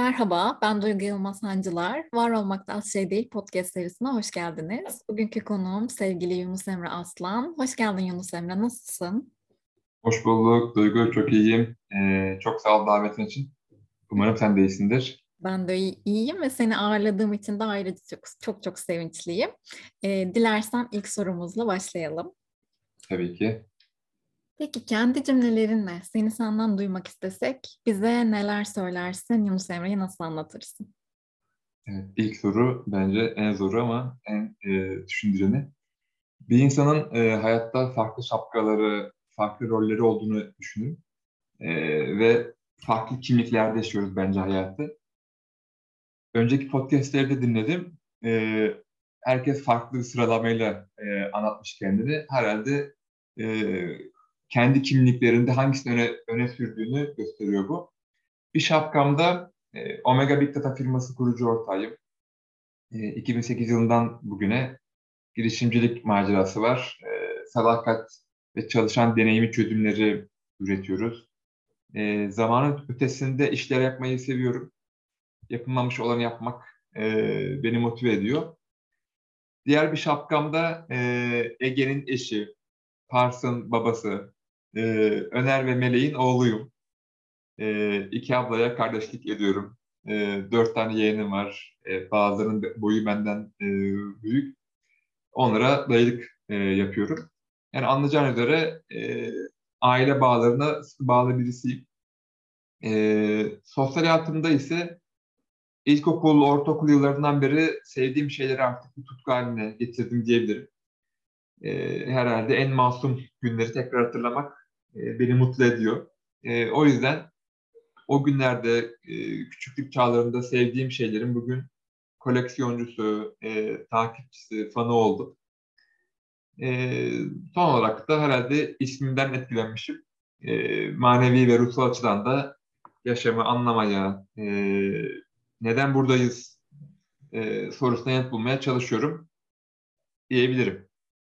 Merhaba, ben Duygu Yılmaz Hancılar. Var Olmakta Az Şey Değil podcast serisine hoş geldiniz. Bugünkü konuğum sevgili Yunus Emre Aslan. Hoş geldin Yunus Emre, nasılsın? Hoş bulduk Duygu, çok iyiyim. Çok sağ ol davetin için. Umarım sen de iyisindir. Ben de iyiyim ve seni ağırladığım için de ayrıca çok sevinçliyim. Dilersen ilk sorumuzla başlayalım. Tabii ki. Peki kendi cümlelerinle seni senden duymak istesek bize neler söylersin, Yunus Emre'yi nasıl anlatırsın? Evet, ilk soru bence en zoru ama en düşündüreni. Bir insanın hayatta farklı şapkaları, farklı rolleri olduğunu düşünün. Ve farklı kimliklerde yaşıyoruz bence hayatı. Önceki podcastleri de dinledim. Herkes farklı bir sıralamayla anlatmış kendini. Herhalde e, kendi kimliklerinde hangisini öne sürdüğünü gösteriyor bu. Bir şapkamda Omega Big Data firması kurucu ortağıyım. 2008 yılından bugüne girişimcilik macerası var. Sadakat ve çalışan deneyimi çözümleri üretiyoruz. Zamanın ötesinde işler yapmayı seviyorum. Yapılmamış olanı yapmak beni motive ediyor. Diğer bir şapkamda Ege'nin eşi, Pars'ın babası, e, Öner ve Meleğin oğluyum. İki ablaya kardeşlik ediyorum. Dört tane yeğenim var. Bazılarının boyu benden büyük. Onlara dayılık yapıyorum. Yani anlayacağın üzere aile bağlarına sıkı bağlı birisiyim. Sosyal hayatımda ise ilkokul, ortaokul yıllarından beri sevdiğim şeyleri artık bir tutku haline getirdim diyebilirim. Herhalde en masum günleri tekrar hatırlamak beni mutlu ediyor. O yüzden o günlerde küçüklük çağlarımda sevdiğim şeylerin bugün koleksiyoncusu, takipçisi, fanı oldum. E, Son olarak da herhalde ismimden etkilenmişim. Manevi ve ruhsal açıdan da yaşamı anlamaya, neden buradayız sorusuna yanıt bulmaya çalışıyorum diyebilirim.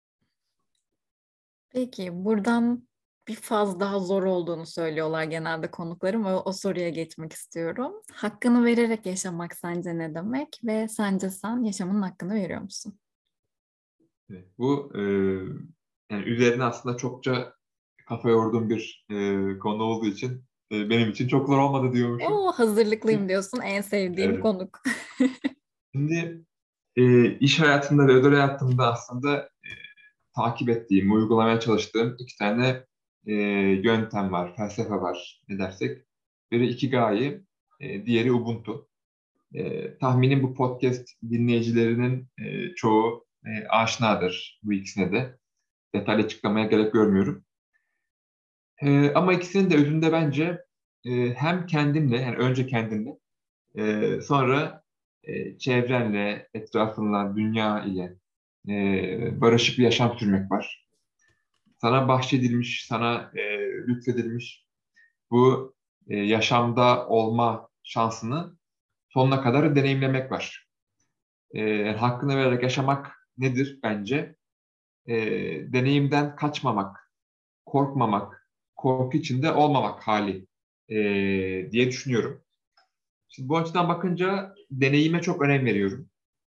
Peki buradan bir faz daha zor olduğunu söylüyorlar genelde konuklarım ve o soruya geçmek istiyorum. Hakkını vererek yaşamak sence ne demek ve sence sen yaşamının hakkını veriyor musun? Evet, bu yani üzerine aslında çokça kafa yorduğum bir konu olduğu için benim için çok zor olmadı diyormuşum. Oo, hazırlıklıyım diyorsun, en sevdiğim Evet. konuk. Şimdi iş hayatında ve özel hayatımda aslında takip ettiğim, uygulamaya çalıştığım iki tane yöntem var, felsefe var ne dersek. Biri Ikigai, diğeri Ubuntu. Tahminim bu podcast dinleyicilerinin çoğu aşinadır bu ikisine de. Detaylı açıklamaya gerek görmüyorum. Ama ikisinin de özünde bence hem kendimle, yani önce kendimle, sonra çevrenle, etrafınla, dünya ile barışık bir yaşam sürmek var. Sana bahşedilmiş, sana lütfedilmiş bu yaşamda olma şansını sonuna kadar deneyimlemek var. Yani hakkını vererek yaşamak nedir bence? E, Deneyimden kaçmamak, korkmamak, korku içinde olmamak hali diye düşünüyorum. Şimdi bu açıdan bakınca deneyime çok önem veriyorum.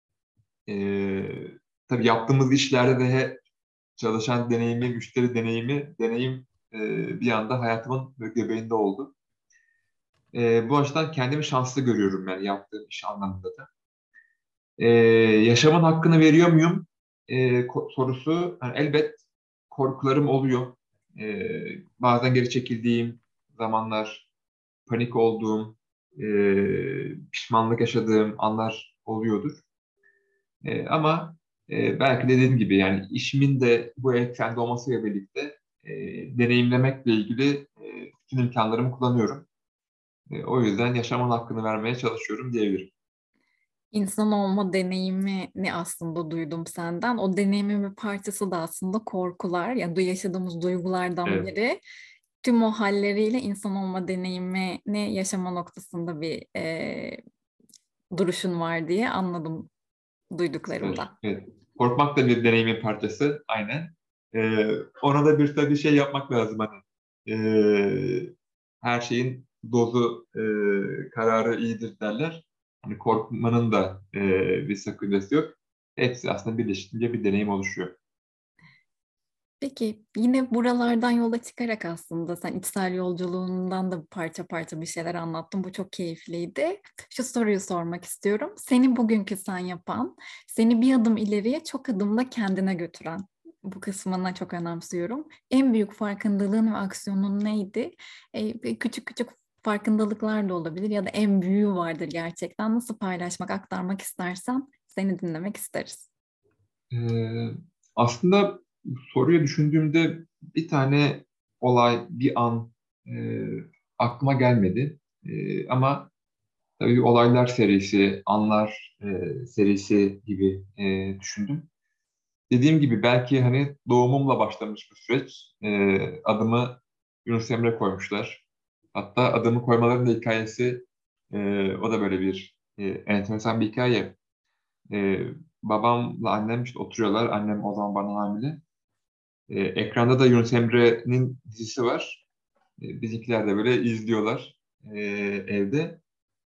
Tabii yaptığımız işlerde de çalışan deneyimi, müşteri deneyimi, deneyim bir anda hayatımın göbeğinde oldu. Bu açıdan kendimi şanslı görüyorum yani yaptığım iş anlamında da. Ee, Yaşamın hakkını veriyor muyum? Sorusu yani elbet korkularım oluyor. Bazen geri çekildiğim zamanlar, panik olduğum, pişmanlık yaşadığım anlar oluyordur. Ama belki dediğim gibi yani işimin de bu eksende olmasıyla birlikte e, deneyimlemekle ilgili bütün imkanlarımı kullanıyorum. O yüzden yaşamın hakkını vermeye çalışıyorum diyebilirim. İnsan olma deneyimini aslında duydum senden. O deneyimin bir parçası da aslında korkular. Yani yaşadığımız duygulardan Evet, biri. Tüm o halleriyle insan olma deneyimini yaşama noktasında bir duruşun var diye anladım süper. duyduklarımda. Evet. Korkmak da bir deneyimin parçası, aynen. Ona da bir tabii şey yapmak lazım hani. Her şeyin dozu, kararı iyidir derler. Hani korkmanın da bir sakıncası yok. Hepsi aslında birleşince bir deneyim oluşuyor. Peki yine buralardan yola çıkarak aslında sen içsel yolculuğundan da parça parça bir şeyler anlattın. Bu çok keyifliydi. Şu soruyu sormak istiyorum. Seni bugünkü sen yapan, seni bir adım ileriye çok adımla kendine götüren, bu kısmına çok önemsiyorum. En büyük farkındalığın ve aksiyonun neydi? Küçük küçük farkındalıklar da olabilir ya da en büyüğü vardır gerçekten. Nasıl paylaşmak, aktarmak istersen seni dinlemek isteriz. E, Aslında soruyu düşündüğümde bir tane olay, bir an e, aklıma gelmedi. Ama tabii olaylar serisi, anlar serisi gibi düşündüm. Dediğim gibi belki hani doğumumla başlamış bu süreç. Adımı Yunus Emre koymuşlar. Hatta adımı koymaların da hikayesi o da böyle bir enteresan bir hikaye. E, Babamla annem işte oturuyorlar. Annem o zaman bana hamile. Ekranda da Yunus Emre'nin dizisi var. Bizimkiler de böyle izliyorlar evde.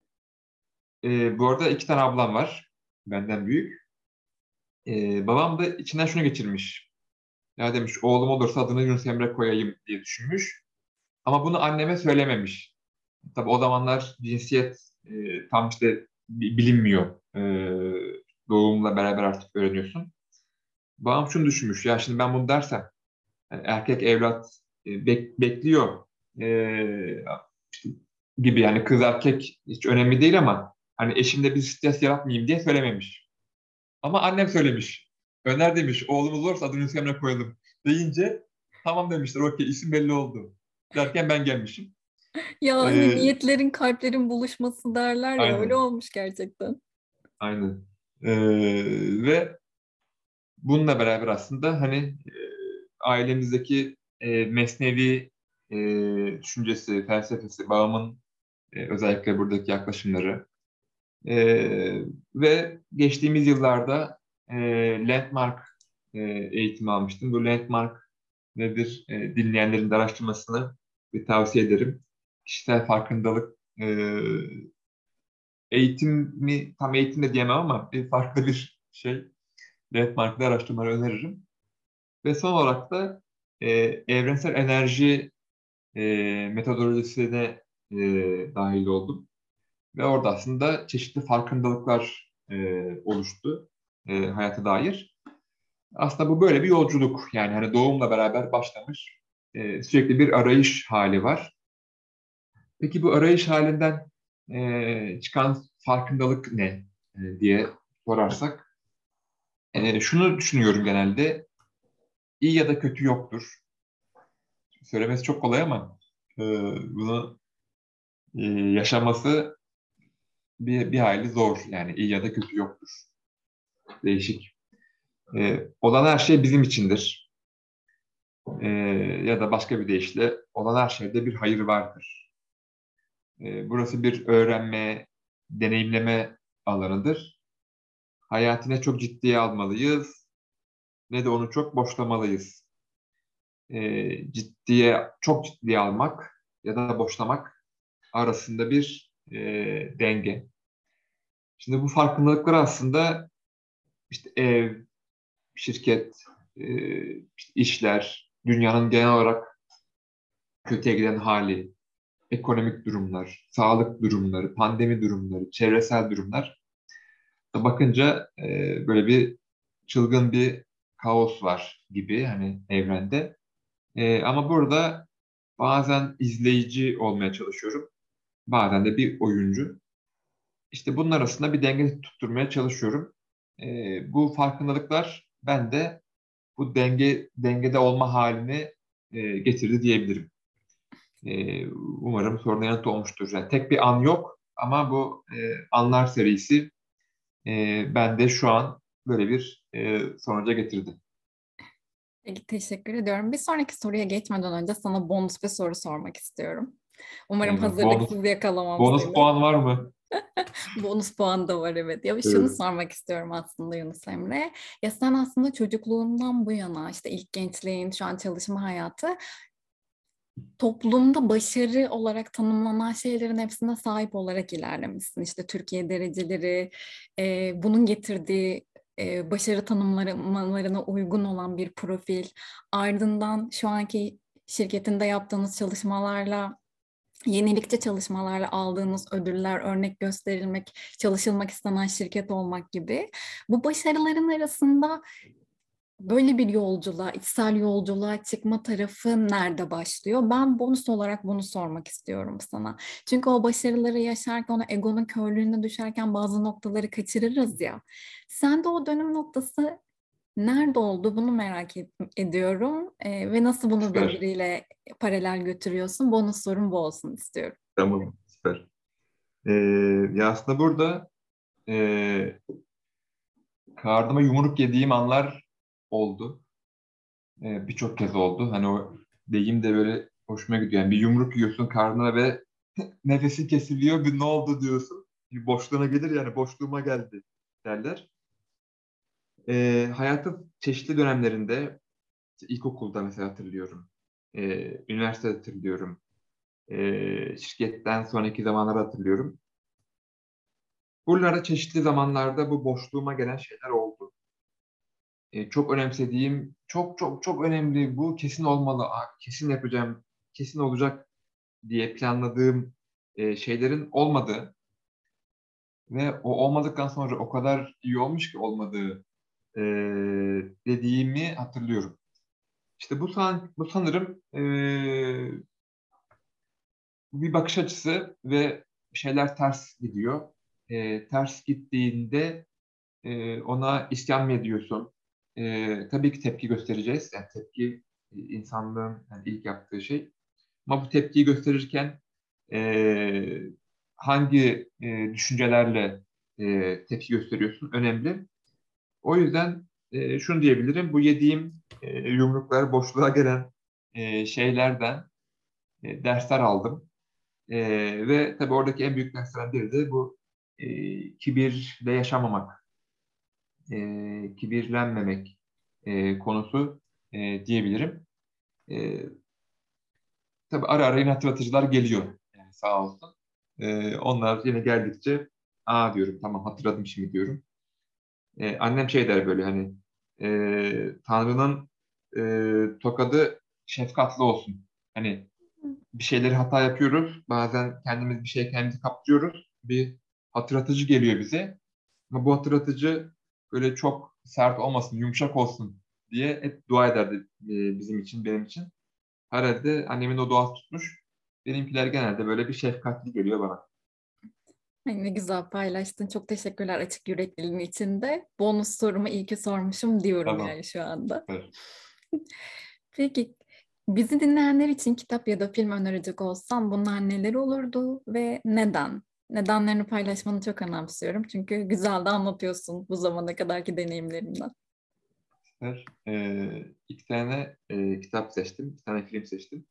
Bu arada iki tane ablam var. Benden büyük. Babam da içinden şunu geçirmiş. Ya demiş oğlum olursa adını Yunus Emre koyayım diye düşünmüş. Ama bunu anneme söylememiş. Tabii o zamanlar cinsiyet tam işte bilinmiyor. Doğumla beraber artık öğreniyorsun. Babam şunu düşünmüş. Ya şimdi ben bunu dersem yani erkek evlat bekliyor işte gibi yani kız erkek hiç önemli değil ama hani eşimde bir stres yaratmayayım diye söylememiş. Ama annem söylemiş. Öner demiş oğlumuz olursa adını Yunus Emre koyalım deyince tamam demişler okey isim belli oldu. Derken ben gelmişim. Ya hani Ee, niyetlerin kalplerin buluşması derler ya öyle aynen, olmuş gerçekten. aynen. Ve bununla beraber aslında hani ailemizdeki mesnevi düşüncesi, felsefesi, babamın özellikle buradaki yaklaşımları ve geçtiğimiz yıllarda e, Landmark eğitimi almıştım. Bu Landmark nedir? Dinleyenlerin de araştırmasını bir tavsiye ederim. Kişisel farkındalık eğitimi tam eğitim de diyemem ama bir farklı bir şey. Landmark'ta araştırmaları öneririm. Ve son olarak da e, evrensel enerji metodolojisine e, dahil oldum. Ve orada aslında çeşitli farkındalıklar oluştu hayata dair. Aslında bu böyle bir yolculuk. Yani hani doğumla beraber başlamış. Sürekli bir arayış hali var. Peki bu arayış halinden çıkan farkındalık ne diye sorarsak. Şunu düşünüyorum genelde. İyi ya da kötü yoktur. Söylemesi çok kolay ama e, bunu yaşaması bir hayli zor. Yani iyi ya da kötü yoktur. Değişik. Olan her şey bizim içindir. E, Ya da başka bir deyişle olan her şeyde bir hayır vardır. Burası bir öğrenme, deneyimleme alanıdır. Hayatı ne çok ciddiye almalıyız, ne de onu çok boşlamalıyız. Çok ciddiye almak ya da boşlamak arasında bir denge. Şimdi bu farkındalıklar aslında işte ev, şirket, e, işte işler, dünyanın genel olarak kötüye giden hali, ekonomik durumlar, sağlık durumları, pandemi durumları, çevresel durumlar da bakınca böyle bir çılgın bir kaos var gibi hani evrende. Ama burada bazen izleyici olmaya çalışıyorum, bazen de bir oyuncu. İşte bunun arasında bir denge tutturmaya çalışıyorum. Bu farkındalıklar bende bu dengede olma halini getirdi diyebilirim. Umarım soruna yanıt olmuştur. Yani tek bir an yok ama bu anlar serisi bende şu an böyle bir sonuca getirdi. Peki, teşekkür ediyorum. Bir sonraki soruya geçmeden önce sana bonus bir soru sormak istiyorum. Umarım Eyvah. Bonus, hazırlıksız yakalamam bonus seni. puan var mı? Bonus puan da var, evet. Ya şunu Evet. sormak istiyorum aslında Yunus Emre. Ya sen aslında çocukluğundan bu yana işte ilk gençliğin, şu an çalışma hayatı toplumda başarı olarak tanımlanan şeylerin hepsine sahip olarak ilerlemişsin. İşte Türkiye dereceleri, bunun getirdiği başarı tanımlamalarına uygun olan bir profil. Ardından şu anki şirketinde yaptığınız çalışmalarla, yenilikçi çalışmalarla aldığınız ödüller, örnek gösterilmek, çalışılmak istenen şirket olmak gibi. Bu başarıların arasında böyle bir yolculuğa, içsel yolculuğa çıkma tarafı nerede başlıyor? Ben bonus olarak bunu sormak istiyorum sana. Çünkü o başarıları yaşarken, o egonun körlüğüne düşerken bazı noktaları kaçırırız ya. Sen de o dönüm noktası nerede oldu? Bunu merak ediyorum. Ve nasıl bunu Süper. birbiriyle paralel götürüyorsun? Bonus sorum bu olsun istiyorum. Tamam, süper. Ee, Ya aslında burada e, karnıma yumruk yediğim anlar oldu. Birçok kez oldu. Hani o deyim de böyle hoşuma gidiyor. Yani bir yumruk yiyorsun karnına ve nefesin kesiliyor. Bir ne oldu diyorsun. Bir boşluğuna gelir yani boşluğuma geldi derler. Hayatın çeşitli dönemlerinde işte ilkokulda mesela hatırlıyorum. Üniversitede hatırlıyorum. Şirketten sonraki zamanları hatırlıyorum. Buralarda çeşitli zamanlarda bu boşluğuma gelen şeyler oldu. Çok önemsediğim, çok çok çok önemli, bu kesin olmalı, kesin yapacağım, kesin olacak diye planladığım şeylerin olmadığı ve o olmadıktan sonra o kadar iyi olmuş ki olmadığı e, dediğimi hatırlıyorum. İşte bu sanırım bir bakış açısı ve şeyler ters gidiyor. Ters gittiğinde ona isyan mı ediyorsun? Tabii ki tepki göstereceğiz. Yani tepki insanlığın yani ilk yaptığı şey. Ama bu tepkiyi gösterirken e, hangi düşüncelerle tepki gösteriyorsun önemli. O yüzden şunu diyebilirim. Bu yediğim yumruklar, boşluğa gelen şeylerden dersler aldım. Ve tabii oradaki en büyük derslerden biri de bu kibirle yaşamamak, kibirlenmemek konusu diyebilirim. E, tabii ara ara yine hatırlatıcılar geliyor. Yani sağ olsun. Onlar yine geldikçe diyorum tamam hatırladım şimdi diyorum. Annem şey der böyle hani Tanrı'nın tokadı şefkatli olsun. Hani bir şeyleri hata yapıyoruz. Bazen kendimiz bir şey kendimizi kaptırıyoruz. Bir hatırlatıcı geliyor bize. Ama bu hatırlatıcı böyle çok sert olmasın, yumuşak olsun diye hep dua ederdi bizim için, benim için. Herhalde annemin o duası tutmuş. Benimkiler genelde böyle bir şefkatli geliyor bana. Ay, ne güzel paylaştın. Çok teşekkürler açık yürekliliğin içinde. Bonus sorumu iyi ki sormuşum diyorum Tamam. yani şu anda. Süper. Peki bizi dinleyenler için kitap ya da film önerecek olsam bunlar neler olurdu ve neden? Nedenlerini paylaşmanı çok önemsiyorum. Çünkü güzel de anlatıyorsun bu zamana kadarki deneyimlerinden. Süper. İki tane kitap seçtim. İki tane film seçtim.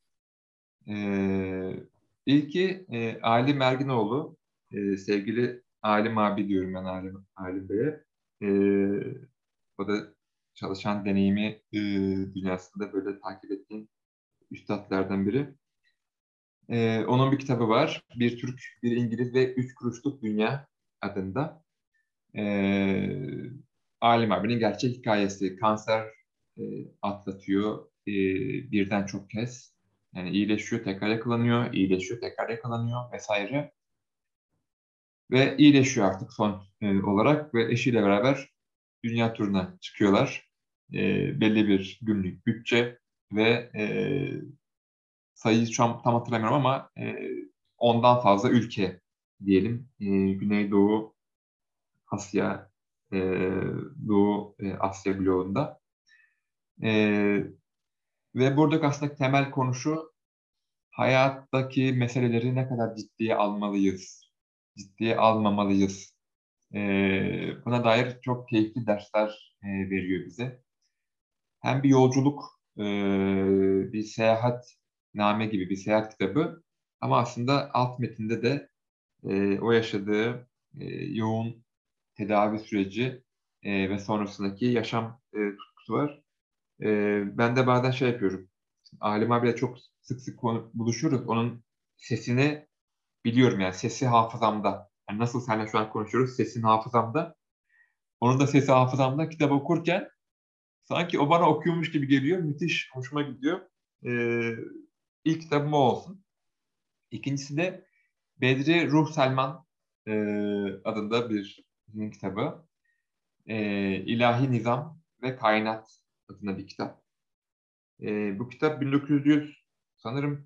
İlki Ali Merginoğlu. Sevgili Alim abi diyorum ben Alim Bey'e. O da çalışan deneyimi dünyasında böyle takip ettiğim üstadlardan biri. Onun bir kitabı var. Bir Türk, bir İngiliz ve Üç Kuruşluk Dünya adında. Ee, Alim abinin gerçek hikayesi. Kanser e, atlatıyor birden çok kez. Yani iyileşiyor, tekrar yakalanıyor, iyileşiyor, tekrar yakalanıyor vesaire. Ve iyileşiyor artık son olarak ve eşiyle beraber dünya turuna çıkıyorlar. Belli bir günlük bütçe ve sayıyı şu an tam hatırlamıyorum ama ondan fazla ülke diyelim. Güneydoğu Asya, e, Doğu Asya bloğunda. E, Ve buradaki aslında temel konu şu, hayattaki meseleleri ne kadar ciddiye almalıyız, ciddiye almamalıyız. Buna dair çok keyifli dersler veriyor bize. Hem bir yolculuk, bir seyahat name gibi bir seyahat kitabı ama aslında alt metinde de o yaşadığı yoğun tedavi süreci ve sonrasındaki yaşam tutkusu var. Ben de bazen şey yapıyorum. Alim abiyle çok sık sık buluşuyoruz. Onun sesini biliyorum yani. Sesi hafızamda. Yani nasıl seninle şu an konuşuyoruz, sesin hafızamda. Onun da sesi hafızamda. Kitap okurken sanki o bana okuyormuş gibi geliyor. Müthiş, hoşuma gidiyor. Ee, ilk kitabım o olsun. İkincisi de Bedri Ruh Selman e, adında bir kitabı. İlahi Nizam ve Kainat adında bir kitap. Bu kitap 1900 sanırım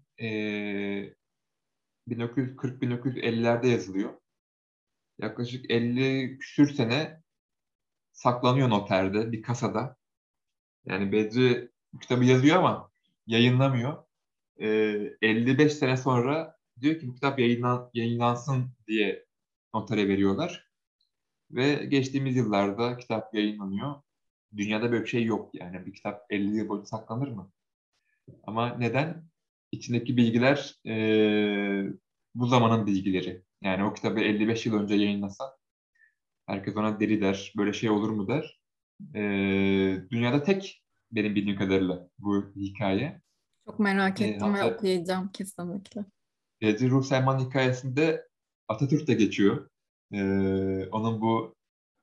1940-1950'lerde yazılıyor. Yaklaşık 50 küsür sene saklanıyor noterde, bir kasada. Yani Bedri bu kitabı yazıyor ama yayınlamıyor. 55 sene sonra diyor ki bu kitap yayınlansın diye notere veriyorlar. Ve geçtiğimiz yıllarda kitap yayınlanıyor. Dünyada böyle bir şey yok yani. Bir kitap 50 yıl boyunca saklanır mı? Ama neden? İçindeki bilgiler bu zamanın bilgileri. Yani o kitabı 55 yıl önce yayınlasa herkes ona deli der. Böyle şey olur mu der. Dünyada tek benim bildiğim kadarıyla bu hikaye. Çok merak ettim ve Hatta okuyacağım kesinlikle. Bedri Ruh Selman hikayesinde Atatürk de geçiyor. Onun bu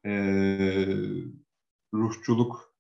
ruhçuluk,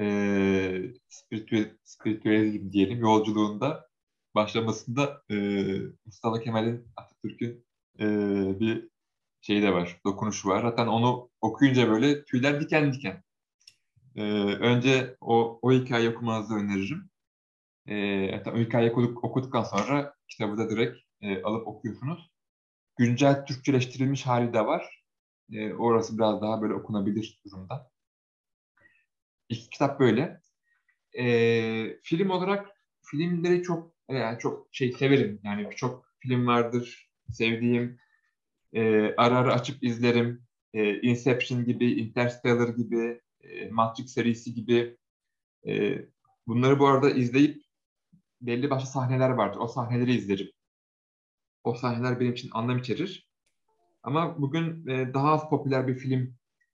spiritüelizm diyelim yolculuğunda başlamasında Mustafa Kemal'in, Atatürk'ün bir şeyi de var, dokunuşu var. Zaten onu okuyunca böyle tüyler diken diken. Önce o hikayeyi okumanızı öneririm. Hatta o hikayeyi okuduktan sonra kitabı da direkt alıp okuyorsunuz. Güncel Türkçeleştirilmiş hali de var. Orası biraz daha böyle okunabilir durumda. İlk kitap böyle. Film olarak filmleri çok yani çok şey severim. Yani birçok film vardır sevdiğim. Ara ara açıp izlerim. Inception gibi, Interstellar gibi, Matrix serisi gibi. E, bunları bu arada izleyip belli başlı sahneler vardır. O sahneleri izlerim. O sahneler benim için anlam içerir. Ama bugün daha az popüler bir film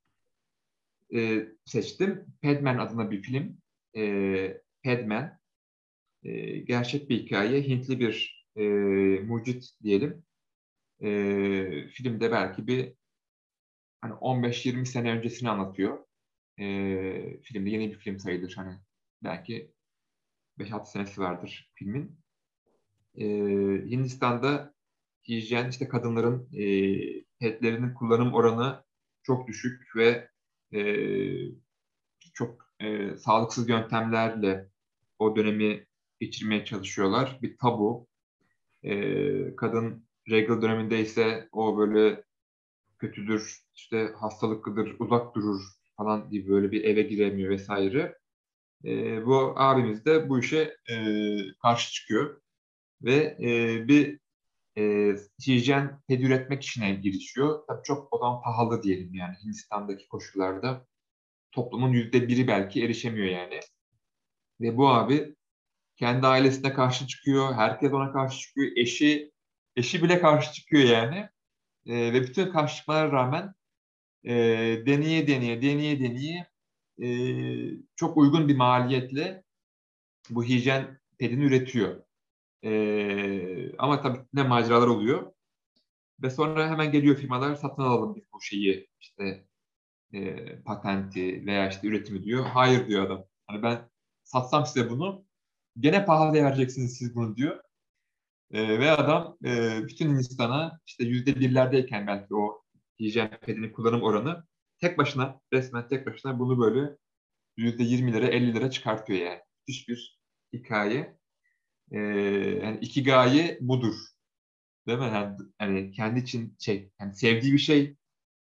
seçtim. Padman adına bir film. Padman. Gerçek bir hikaye. Hintli bir mucit diyelim. Filmde belki bir hani 15-20 sene öncesini anlatıyor. Filmde yeni bir film sayılır. Hani belki 5-6 senesi vardır filmin. Ee, Hindistan'da hijyen işte kadınların petlerinin kullanım oranı çok düşük ve e, çok sağlıksız yöntemlerle o dönemi geçirmeye çalışıyorlar. Bir tabu. Kadın regl döneminde ise o böyle kötüdür, işte hastalıklıdır, uzak durur falan gibi böyle bir eve giremiyor vesaire. Bu abimiz de bu işe karşı çıkıyor ve bir hijyen pedi üretmek işine girişiyor. Tabii çok o zaman pahalı diyelim yani Hindistan'daki koşullarda toplumun %1'i belki erişemiyor yani. Ve bu abi kendi ailesine karşı çıkıyor, herkes ona karşı çıkıyor, eşi bile karşı çıkıyor yani. Ve bütün karşı çıkmalara rağmen deneye deneye çok uygun bir maliyetle bu hijyen pedini üretiyor. Ama tabii ne maceralar oluyor. Ve sonra hemen geliyor firmalar satın alalım biz bu şeyi işte patenti veya işte üretimi diyor. Hayır diyor adam. Hani ben satsam size bunu gene pahalıya vereceksiniz siz bunu diyor. Ve adam bütün Hindistan'a işte %1'lerdeyken belki o hijyen pedini kullanım oranı tek başına resmen tek başına bunu böyle %20'lere 50'lere çıkartıyor yani. Müthiş bir hikaye. Yani ikigai budur. Değil mi? Yani kendi için şey, yani sevdiği bir şey,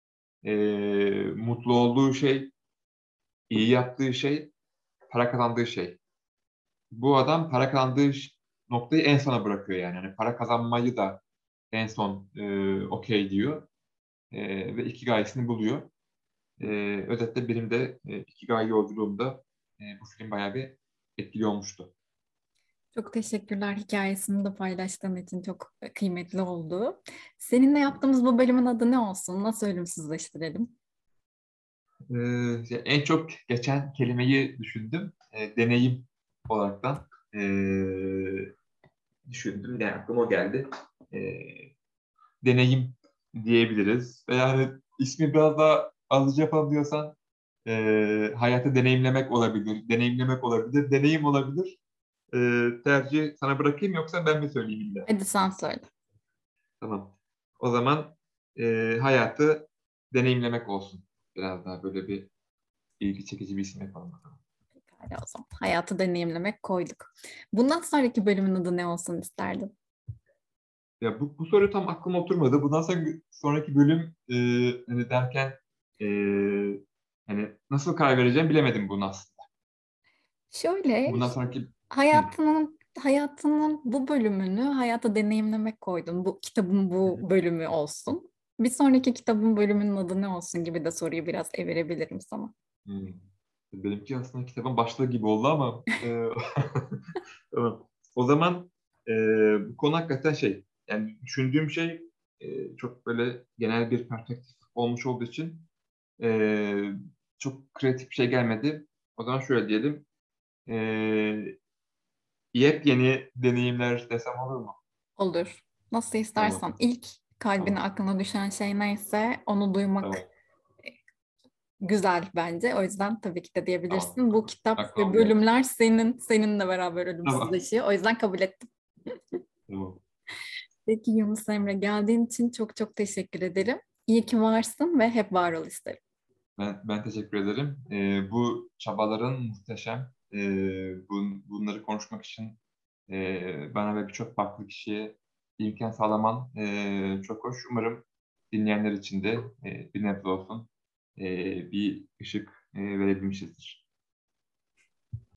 mutlu olduğu şey, iyi yaptığı şey, para kazandığı şey. Bu adam para kazandığı noktayı en sona bırakıyor yani. Yani para kazanmayı da en son okey diyor. Ve ikigayesini buluyor. E, özetle benim de ikigai yolculuğumda bu film bayağı bir etkili olmuştu. Çok teşekkürler, hikayesini de paylaştığın için çok kıymetli oldu. Seninle yaptığımız bu bölümün adı ne olsun? Nasıl ölümsüzleştirelim? En çok geçen kelimeyi düşündüm. Deneyim olaraktan. düşündüm. Yani aklıma o geldi. Deneyim diyebiliriz. Ve yani ismi biraz daha alıcı yapalım diyorsan hayatı deneyimlemek olabilir, deneyimlemek olabilir, deneyim olabilir. Tercih sana bırakayım yoksa ben mi söyleyeyim illa? Hadi sen söyle. Tamam. O zaman hayatı deneyimlemek olsun. Biraz daha böyle bir ilgi çekici bir isim yapalım bakalım. Pekala o zaman. Hayatı deneyimlemek koyduk. Bundan sonraki bölümün adı ne olsun isterdin? Ya bu soru tam aklıma oturmadı. Bundan sonraki bölüm hani derken e, hani nasıl karar vereceğim bilemedim bunu aslında. Şöyle, Bundan sonraki hı, hayatının bu bölümünü hayata deneyimlemek koydun. Bu kitabın bu bölümü olsun. Bir sonraki kitabın bölümünün adı ne olsun gibi de soruyu biraz evirebilirim sana. hı. Benimki aslında kitabın başlığı gibi oldu ama tamam. O zaman e, bu konu hakikaten yani düşündüğüm çok böyle genel bir perspektif olmuş olduğu için e, çok kreatif bir şey gelmedi. O zaman şöyle diyelim, e, yepyeni deneyimler desem olur mu? Olur. Nasıl Tamam, istersen. İlk kalbine tamam, aklına düşen şey neyse onu duymak tamam, güzel bence. O yüzden tabii ki de tamam, diyebilirsin. Bu tamam. kitap ve Aklıma geldi. bölümler seninle beraber Tamam, ölümsüzleşiyor. O yüzden kabul ettim. tamam. Peki Yunus Emre geldiğin için çok çok teşekkür ederim. İyi ki varsın ve hep var ol isterim. Ben teşekkür ederim. Bu çabaların muhteşem. Bunları konuşmak için bana ve birçok farklı kişiye imkan sağlaman çok hoş. Umarım dinleyenler için de bir nebze olsun bir ışık verebilmişizdir.